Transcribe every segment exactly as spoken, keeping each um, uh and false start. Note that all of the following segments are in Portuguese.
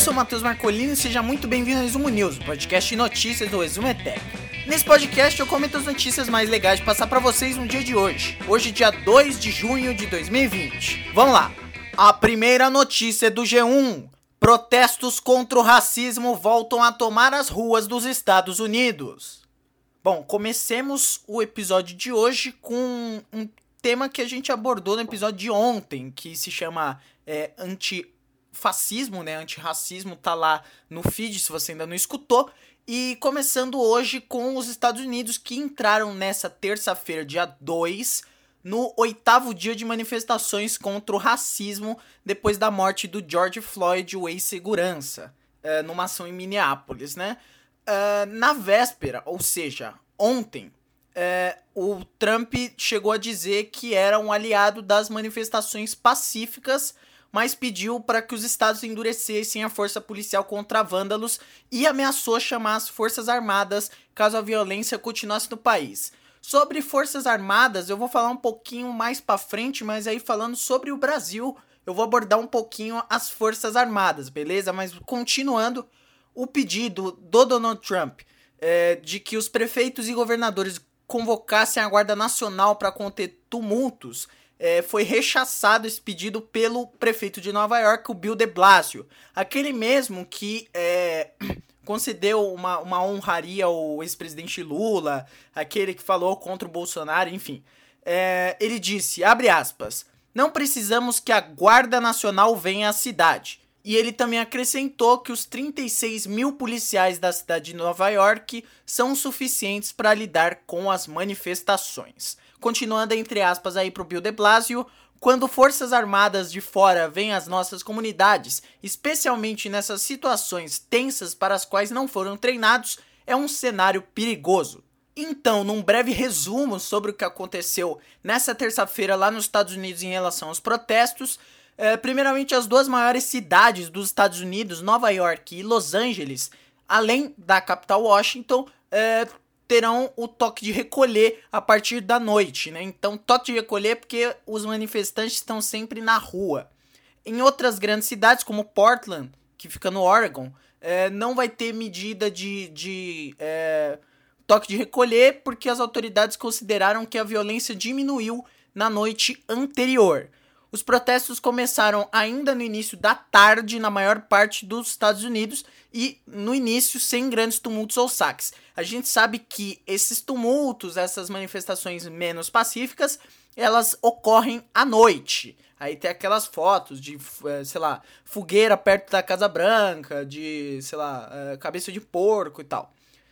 sou o Matheus Marcolini e seja muito bem-vindo ao Resumo News, o podcast de notícias do Resumo Etec. Nesse podcast eu comento as notícias mais legais de passar pra vocês no dia de hoje. Hoje, dia dois de junho de dois mil e vinte. Vamos lá! A primeira notícia é do G um. Protestos contra o racismo voltam a tomar as ruas dos Estados Unidos. Bom, comecemos o episódio de hoje com um tema que a gente abordou no episódio de ontem, que se chama é, antifascismo, né? Antirracismo, tá lá no feed se você ainda não escutou. E começando hoje com os Estados Unidos, que entraram nessa terça-feira, dia dois, no oitavo dia de manifestações contra o racismo, depois da morte do George Floyd, o ex-segurança, é, numa ação em Minneapolis, né? É, na véspera, ou seja, ontem, é, o Trump chegou a dizer que era um aliado das manifestações pacíficas, mas pediu para que os estados endurecessem a força policial contra vândalos e ameaçou chamar as forças armadas caso a violência continuasse no país. Sobre forças armadas, eu vou falar um pouquinho mais para frente, mas aí falando sobre o Brasil, eu vou abordar um pouquinho as forças armadas, beleza? Mas continuando, o pedido do Donald Trump é, de que os prefeitos e governadores convocassem a Guarda Nacional para conter tumultos, É, foi rechaçado esse pedido pelo prefeito de Nova York, o Bill de Blasio. Aquele mesmo que é, concedeu uma, uma honraria ao ex-presidente Lula, aquele que falou contra o Bolsonaro, enfim. É, ele disse, abre aspas, não precisamos que a Guarda Nacional venha à cidade. E ele também acrescentou que os trinta e seis mil policiais da cidade de Nova York são suficientes para lidar com as manifestações. Continuando entre aspas aí pro Bill de Blasio, quando forças armadas de fora vêm às nossas comunidades, especialmente nessas situações tensas para as quais não foram treinados, é um cenário perigoso. Então, num breve resumo sobre o que aconteceu nessa terça-feira lá nos Estados Unidos em relação aos protestos, é, primeiramente as duas maiores cidades dos Estados Unidos, Nova York e Los Angeles, além da capital Washington, é, terão o toque de recolher a partir da noite, né? Então, toque de recolher porque os manifestantes estão sempre na rua. Em outras grandes cidades, como Portland, que fica no Oregon, é, não vai ter medida de, de é, toque de recolher porque as autoridades consideraram que a violência diminuiu na noite anterior. Os protestos começaram ainda no início da tarde na maior parte dos Estados Unidos e no início sem grandes tumultos ou saques. A gente sabe que esses tumultos, essas manifestações menos pacíficas, elas ocorrem à noite. Aí tem aquelas fotos de, sei lá, fogueira perto da Casa Branca, de, sei lá, cabeça de porco e tal.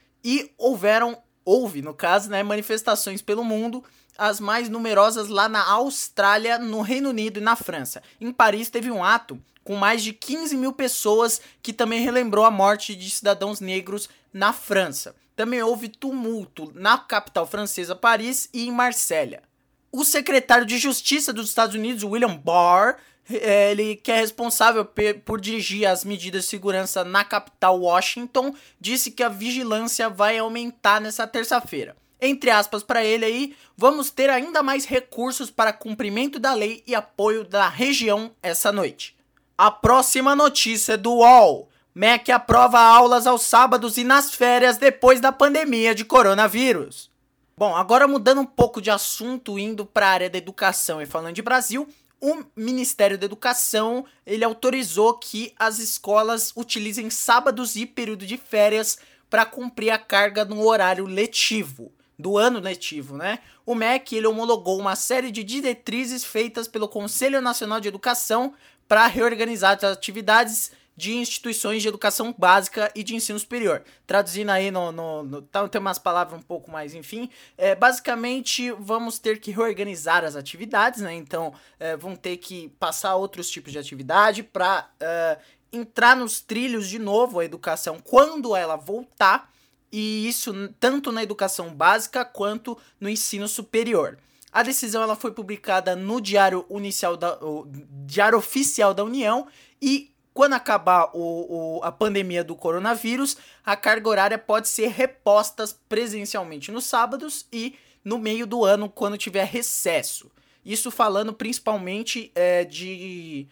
E houveram, houve no caso, né, manifestações pelo mundo, as mais numerosas lá na Austrália, no Reino Unido e na França. Em Paris teve um ato com mais de quinze mil pessoas que também relembrou a morte de cidadãos negros na França. Também houve tumulto na capital francesa, Paris, e em Marsella. O secretário de Justiça dos Estados Unidos, William Barr, ele que é responsável por dirigir as medidas de segurança na capital Washington, disse que a vigilância vai aumentar nessa terça-feira. Entre aspas para ele aí, vamos ter ainda mais recursos para cumprimento da lei e apoio da região essa noite. A próxima notícia é do U O L. M E C aprova aulas aos sábados e nas férias depois da pandemia de coronavírus. Bom, agora mudando um pouco de assunto, indo para a área da educação e falando de Brasil, o Ministério da Educação, ele autorizou que as escolas utilizem sábados e período de férias para cumprir a carga no horário letivo. Do ano letivo, né? O M E C, ele homologou uma série de diretrizes feitas pelo Conselho Nacional de Educação para reorganizar as atividades de instituições de educação básica e de ensino superior. Traduzindo aí, no, no, no tá, tem umas palavras um pouco mais, enfim. É, basicamente, vamos ter que reorganizar as atividades, né? Então, é, vão ter que passar outros tipos de atividade para é, entrar nos trilhos de novo a educação quando ela voltar. E isso tanto na educação básica quanto no ensino superior. A decisão ela foi publicada no Diário, Inicial da, o Diário Oficial da União e quando acabar o, o, a pandemia do coronavírus, a carga horária pode ser reposta presencialmente nos sábados e no meio do ano quando tiver recesso. Isso falando principalmente é, de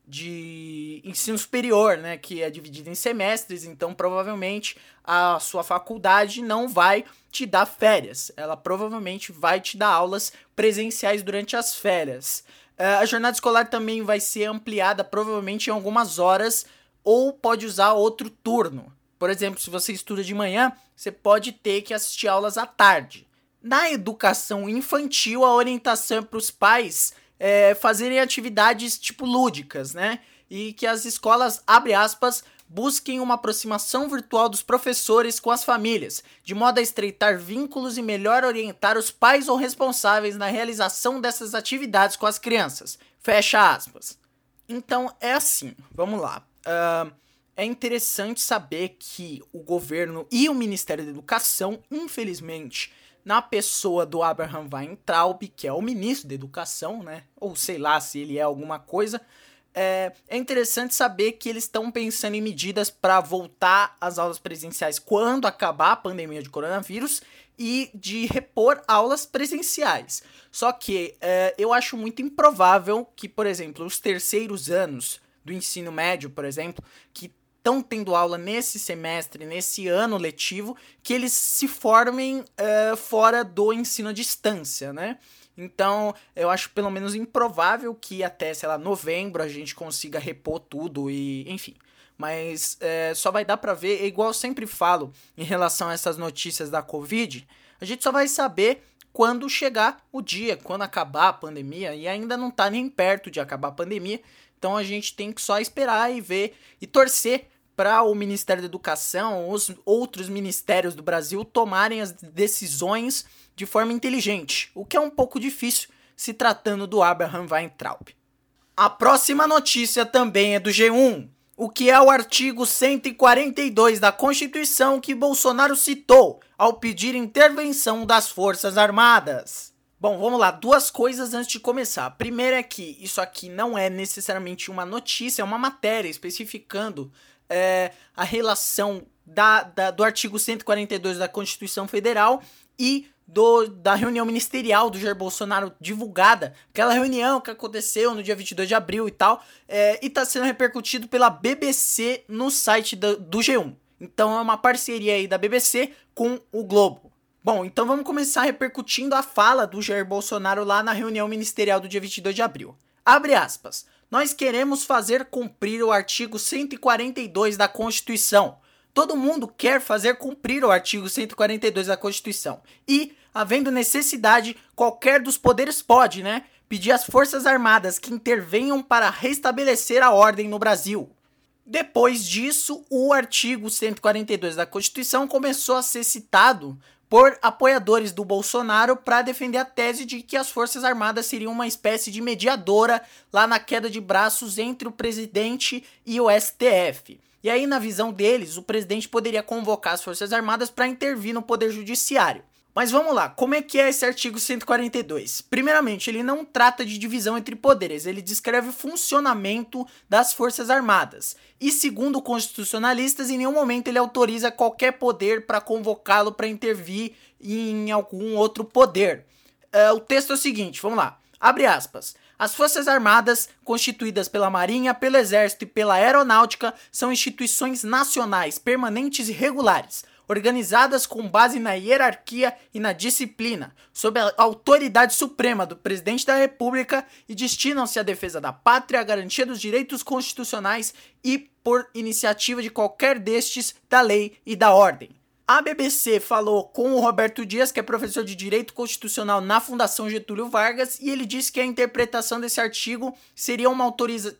de ensino superior, né, que é dividido em semestres, então provavelmente a sua faculdade não vai te dar férias, ela provavelmente vai te dar aulas presenciais durante as férias. A jornada escolar também vai ser ampliada provavelmente em algumas horas, ou pode usar outro turno. Por exemplo, se você estuda de manhã, você pode ter que assistir aulas à tarde. Na educação infantil, a orientação é para os pais é, fazerem atividades tipo lúdicas, né? E que as escolas, abre aspas, busquem uma aproximação virtual dos professores com as famílias, de modo a estreitar vínculos e melhor orientar os pais ou responsáveis na realização dessas atividades com as crianças. Fecha aspas. Então é assim, vamos lá. Uh, é interessante saber que o governo e o Ministério da Educação, infelizmente, na pessoa do Abraham Weintraub, que é o ministro da Educação, né? Ou sei lá se ele é alguma coisa. É, é interessante saber que eles estão pensando em medidas para voltar às aulas presenciais quando acabar a pandemia de coronavírus e de repor aulas presenciais. Só que é, eu acho muito improvável que, por exemplo, os terceiros anos do ensino médio, por exemplo, que estão tendo aula nesse semestre, nesse ano letivo, que eles se formem uh, fora do ensino à distância, né? Então, eu acho pelo menos improvável que até, sei lá, novembro a gente consiga repor tudo e, enfim. Mas é, só vai dar pra ver, é igual eu sempre falo em relação a essas notícias da Covid, a gente só vai saber quando chegar o dia, quando acabar a pandemia, e ainda não tá nem perto de acabar a pandemia. Então a gente tem que só esperar e ver e torcer para o Ministério da Educação, os outros ministérios do Brasil tomarem as decisões de forma inteligente, o que é um pouco difícil se tratando do Abraham Weintraub. A próxima notícia também é do G um, o que é o artigo cento e quarenta e dois da Constituição que Bolsonaro citou ao pedir intervenção das Forças Armadas. Bom, vamos lá, duas coisas antes de começar. A primeira é que isso aqui não é necessariamente uma notícia, é uma matéria especificando é, a relação da, da, do artigo cento e quarenta e dois da Constituição Federal e do, da reunião ministerial do Jair Bolsonaro divulgada, aquela reunião que aconteceu no dia vinte e dois de abril e tal, é, e está sendo repercutido pela B B C no site do, do G um. Então é uma parceria aí da B B C com o Globo. Bom, então vamos começar repercutindo a fala do Jair Bolsonaro lá na reunião ministerial do dia vinte e dois de abril. Abre aspas. Nós queremos fazer cumprir o artigo cento e quarenta e dois da Constituição. Todo mundo quer fazer cumprir o artigo cento e quarenta e dois da Constituição. E, havendo necessidade, qualquer dos poderes pode, né, pedir às Forças Armadas que intervenham para restabelecer a ordem no Brasil. Depois disso, o artigo cento e quarenta e dois da Constituição começou a ser citado por apoiadores do Bolsonaro para defender a tese de que as Forças Armadas seriam uma espécie de mediadora lá na queda de braços entre o presidente e o S T F. E aí, na visão deles, o presidente poderia convocar as Forças Armadas para intervir no Poder Judiciário. Mas vamos lá, como é que é esse artigo cento e quarenta e dois? Primeiramente, ele não trata de divisão entre poderes, ele descreve o funcionamento das Forças Armadas. E segundo constitucionalistas, em nenhum momento ele autoriza qualquer poder para convocá-lo para intervir em algum outro poder. Uh, o texto é o seguinte, vamos lá, abre aspas. As Forças Armadas, constituídas pela Marinha, pelo Exército e pela Aeronáutica, são instituições nacionais, permanentes e regulares, organizadas com base na hierarquia e na disciplina, sob a autoridade suprema do Presidente da República e destinam-se à defesa da pátria, à garantia dos direitos constitucionais e, por iniciativa de qualquer destes, da lei e da ordem. A B B C falou com o Roberto Dias, que é professor de Direito Constitucional na Fundação Getúlio Vargas, e ele disse que a interpretação desse artigo seria uma autorização...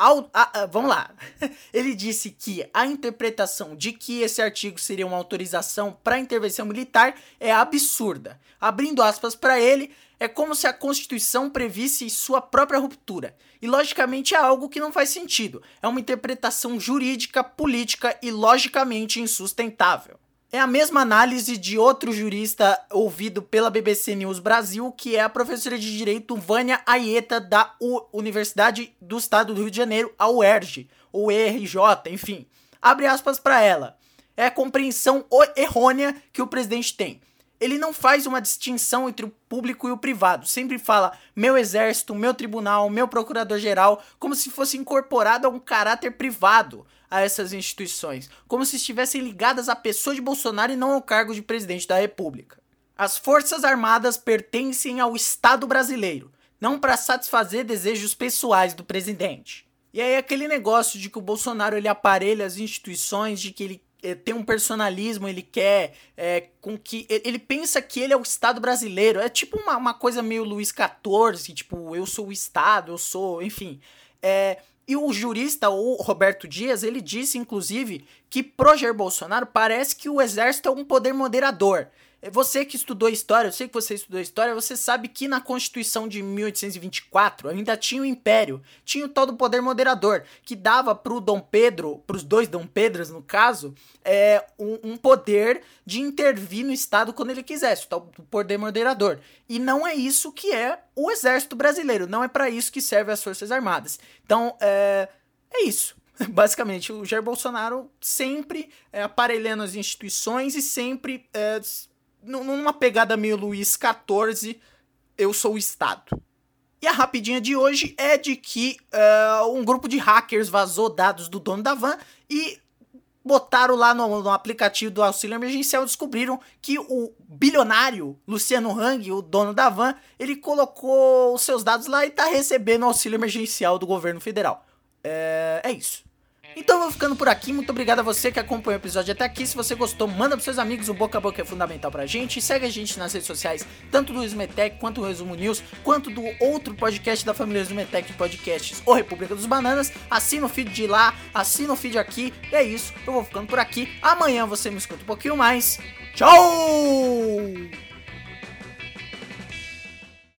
Vamos lá. Ele disse que a interpretação de que esse artigo seria uma autorização para intervenção militar é absurda. Abrindo aspas para ele, é como se a Constituição previsse sua própria ruptura. E logicamente é algo que não faz sentido. É uma interpretação jurídica, política e logicamente insustentável. É a mesma análise de outro jurista ouvido pela B B C News Brasil, que é a professora de Direito Vânia Aieta, da U- Universidade do Estado do Rio de Janeiro, a U E R J, ou E R J, enfim. Abre aspas para ela. É a compreensão errônea que o presidente tem. ele não faz uma distinção entre o público e o privado. Sempre fala meu exército, meu tribunal, meu procurador-geral, como se fosse incorporado a um caráter privado a essas instituições. Como se estivessem ligadas à pessoa de Bolsonaro e não ao cargo de presidente da República. As Forças Armadas pertencem ao Estado brasileiro, não para satisfazer desejos pessoais do presidente. E aí aquele negócio de que o Bolsonaro ele aparelha as instituições, de que ele tem um personalismo, ele quer é, com que... Ele pensa que ele é o Estado brasileiro. É tipo uma, uma coisa meio Luís quatorze, tipo, eu sou o Estado, eu sou... Enfim. É, e o jurista, o Roberto Dias, ele disse, inclusive, que pro Jair Bolsonaro parece que o exército é um poder moderador. Você que estudou história, eu sei que você estudou história, você sabe que na Constituição de mil oitocentos e vinte e quatro ainda tinha o Império, tinha o tal do poder moderador, que dava pro Dom Pedro, pros dois Dom Pedros no caso, é, um, um poder de intervir no Estado quando ele quisesse, o tal do poder moderador. E não é isso que é o Exército Brasileiro, não é para isso que serve as Forças Armadas. Então, é, é isso. Basicamente, o Jair Bolsonaro sempre é, aparelhando as instituições e sempre... É, numa pegada meio Luís quatorze, eu sou o Estado. E a rapidinha de hoje é de que uh, um grupo de hackers vazou dados do dono da van e botaram lá no, no aplicativo do auxílio emergencial e descobriram que o bilionário Luciano Hang, o dono da van, ele colocou os seus dados lá e tá recebendo auxílio emergencial do governo federal. É, é isso. Então eu vou ficando por aqui, muito obrigado a você que acompanhou o episódio até aqui. Se você gostou, manda pros seus amigos, o boca a boca é fundamental pra gente. E segue a gente nas redes sociais, tanto do Resumetec, quanto do Resumo News, quanto do outro podcast da família Resumetec de podcasts, o República dos Bananas. Assina o feed de lá, assina o feed aqui, e é isso, eu vou ficando por aqui. Amanhã você me escuta um pouquinho mais. Tchau!